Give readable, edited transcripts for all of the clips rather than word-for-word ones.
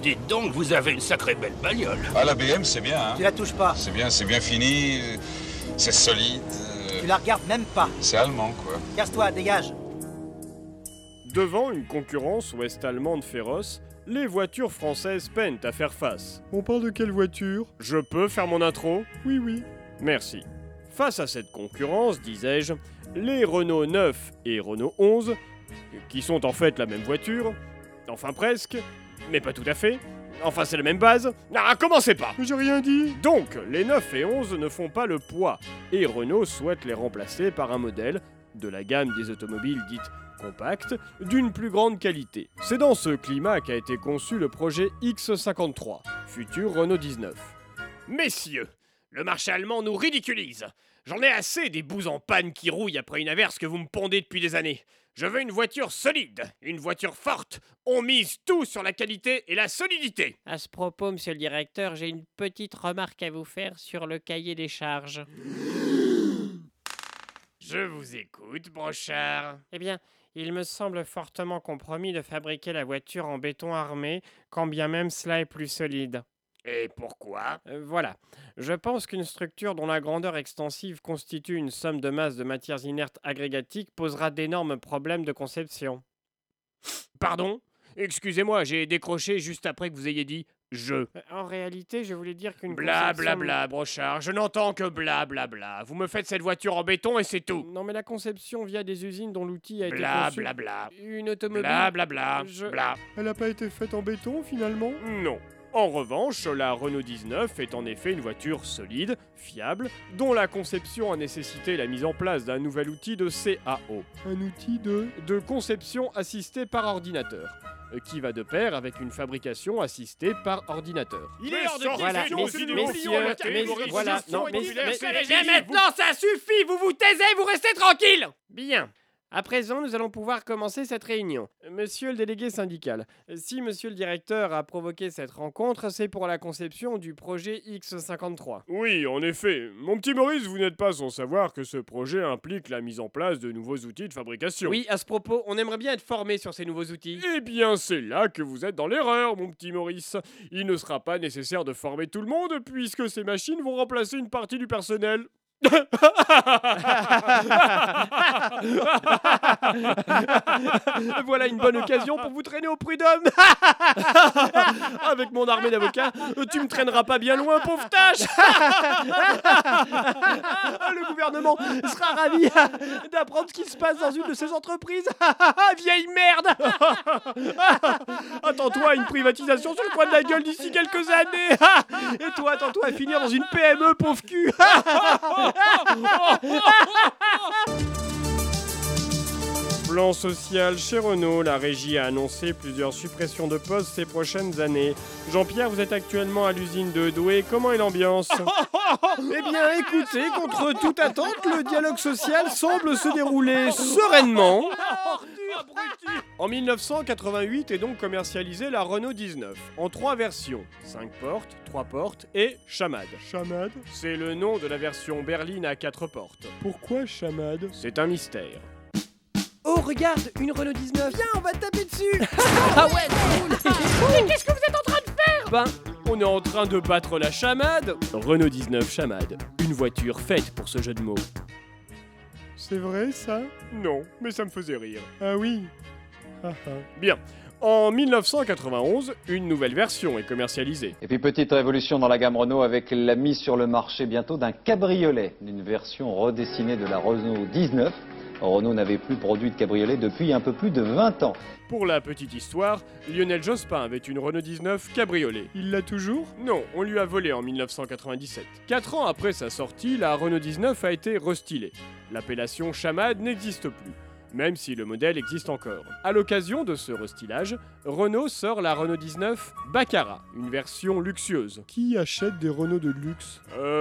Dites donc, vous avez une sacrée belle bagnole. Ah, la BM, c'est bien, hein. Tu la touches pas. C'est bien fini, c'est solide. Tu la regardes même pas. C'est allemand, quoi. Casse-toi, dégage. Devant une concurrence ouest-allemande féroce, les voitures françaises peinent à faire face. On parle de quelle voiture? Je peux faire mon intro? Oui. Merci. Face à cette concurrence, disais-je, les Renault 9 et Renault 11, qui sont en fait la même voiture, enfin presque, mais pas tout à fait, enfin c'est la même base. Ah, commencez pas! J'ai rien dit! Donc, les 9 et 11 ne font pas le poids, et Renault souhaite les remplacer par un modèle de la gamme des automobiles dites compactes, d'une plus grande qualité. C'est dans ce climat qu'a été conçu le projet X53, futur Renault 19. Messieurs, le marché allemand nous ridiculise. J'en ai assez des boues en panne qui rouillent après une averse que vous me pondez depuis des années. Je veux une voiture solide, une voiture forte. On mise tout sur la qualité et la solidité. À ce propos, monsieur le directeur, j'ai une petite remarque à vous faire sur le cahier des charges. Je vous écoute, brochard. Eh bien, il me semble fortement compromis de fabriquer la voiture en béton armé, quand bien même cela est plus solide. Et pourquoi? Voilà. Je pense qu'une structure dont la grandeur extensive constitue une somme de masse de matières inertes agrégatiques posera d'énormes problèmes de conception. Pardon? Excusez-moi, j'ai décroché juste après que vous ayez dit « je ». En réalité, je voulais dire qu'une Blablabla, brochard, je n'entends que blablabla. Vous me faites cette voiture en béton et c'est tout. Non, mais la conception via des usines dont l'outil a été conçu... Blablabla. Une automobile... Blablabla. Bla. Elle n'a pas été faite en béton, finalement? Non. En revanche, la Renault 19 est en effet une voiture solide, fiable, dont la conception a nécessité la mise en place d'un nouvel outil de CAO. Un outil de conception assistée par ordinateur, qui va de pair avec une fabrication assistée par ordinateur. Il est hors de Voilà, Mais maintenant, ça suffit. Vous vous taisez, vous restez tranquille. Bien. À présent, nous allons pouvoir commencer cette réunion. Monsieur le délégué syndical, si monsieur le directeur a provoqué cette rencontre, c'est pour la conception du projet X53. Oui, en effet. Mon petit Maurice, vous n'êtes pas sans savoir que ce projet implique la mise en place de nouveaux outils de fabrication. Oui, à ce propos, on aimerait bien être formé sur ces nouveaux outils. Eh bien, c'est là que vous êtes dans l'erreur, mon petit Maurice. Il ne sera pas nécessaire de former tout le monde, puisque ces machines vont remplacer une partie du personnel. Voilà une bonne occasion pour vous traîner au prud'homme. Avec mon armée d'avocats, tu me traîneras pas bien loin, pauvre tâche. Le gouvernement sera ravi d'apprendre ce qui se passe dans une de ces entreprises. Vieille merde. Attends-toi à une privatisation sur le coin de la gueule d'ici quelques années. Et toi, attends-toi à finir dans une PME, pauvre cul. Plan social chez Renault, la régie a annoncé plusieurs suppressions de postes ces prochaines années. Jean-Pierre, vous êtes actuellement à l'usine de Douai, comment est l'ambiance? Eh bien, écoutez, contre toute attente, le dialogue social semble se dérouler sereinement. En 1988 est donc commercialisée la Renault 19, en 3 versions, 5 portes, 3 portes et Chamad. Chamad? C'est le nom de la version berline à 4 portes. Pourquoi Chamad? C'est un mystère. Oh, regarde, une Renault 19. Viens, on va taper dessus. Ah ouais, cool. Mais qu'est-ce que vous êtes en train de faire? Ben, on est en train de battre la Chamad. Renault 19 Chamad, une voiture faite pour ce jeu de mots. C'est vrai, ça? Non, mais ça me faisait rire. Ah oui. Bien. En 1991, une nouvelle version est commercialisée. Et puis petite révolution dans la gamme Renault avec la mise sur le marché bientôt d'un cabriolet, d'une version redessinée de la Renault 19. Renault n'avait plus produit de cabriolet depuis un peu plus de 20 ans. Pour la petite histoire, Lionel Jospin avait une Renault 19 cabriolet. Il l'a toujours? Non, on lui a volé en 1997. 4 ans après sa sortie, la Renault 19 a été restylée. L'appellation Chamad n'existe plus, même si le modèle existe encore. À l'occasion de ce restylage, Renault sort la Renault 19 Baccarat, une version luxueuse. Qui achète des Renault de luxe?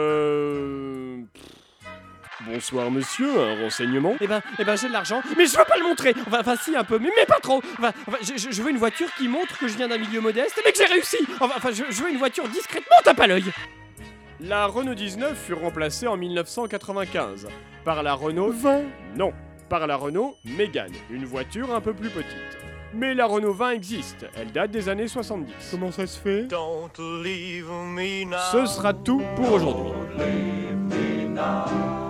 Bonsoir monsieur, un renseignement? Eh ben j'ai de l'argent, mais je veux pas le montrer. Enfin si, un peu, mais pas trop. Je veux une voiture qui montre que je viens d'un milieu modeste, mais que j'ai réussi. Je veux une voiture discrètement tape à l'œil. La Renault 19 fut remplacée en 1995 par la Renault... Vin? Non, par la Renault Mégane, une voiture un peu plus petite. Mais la Renault 20 existe, elle date des années 70. Comment ça se fait? Ce sera tout pour aujourd'hui.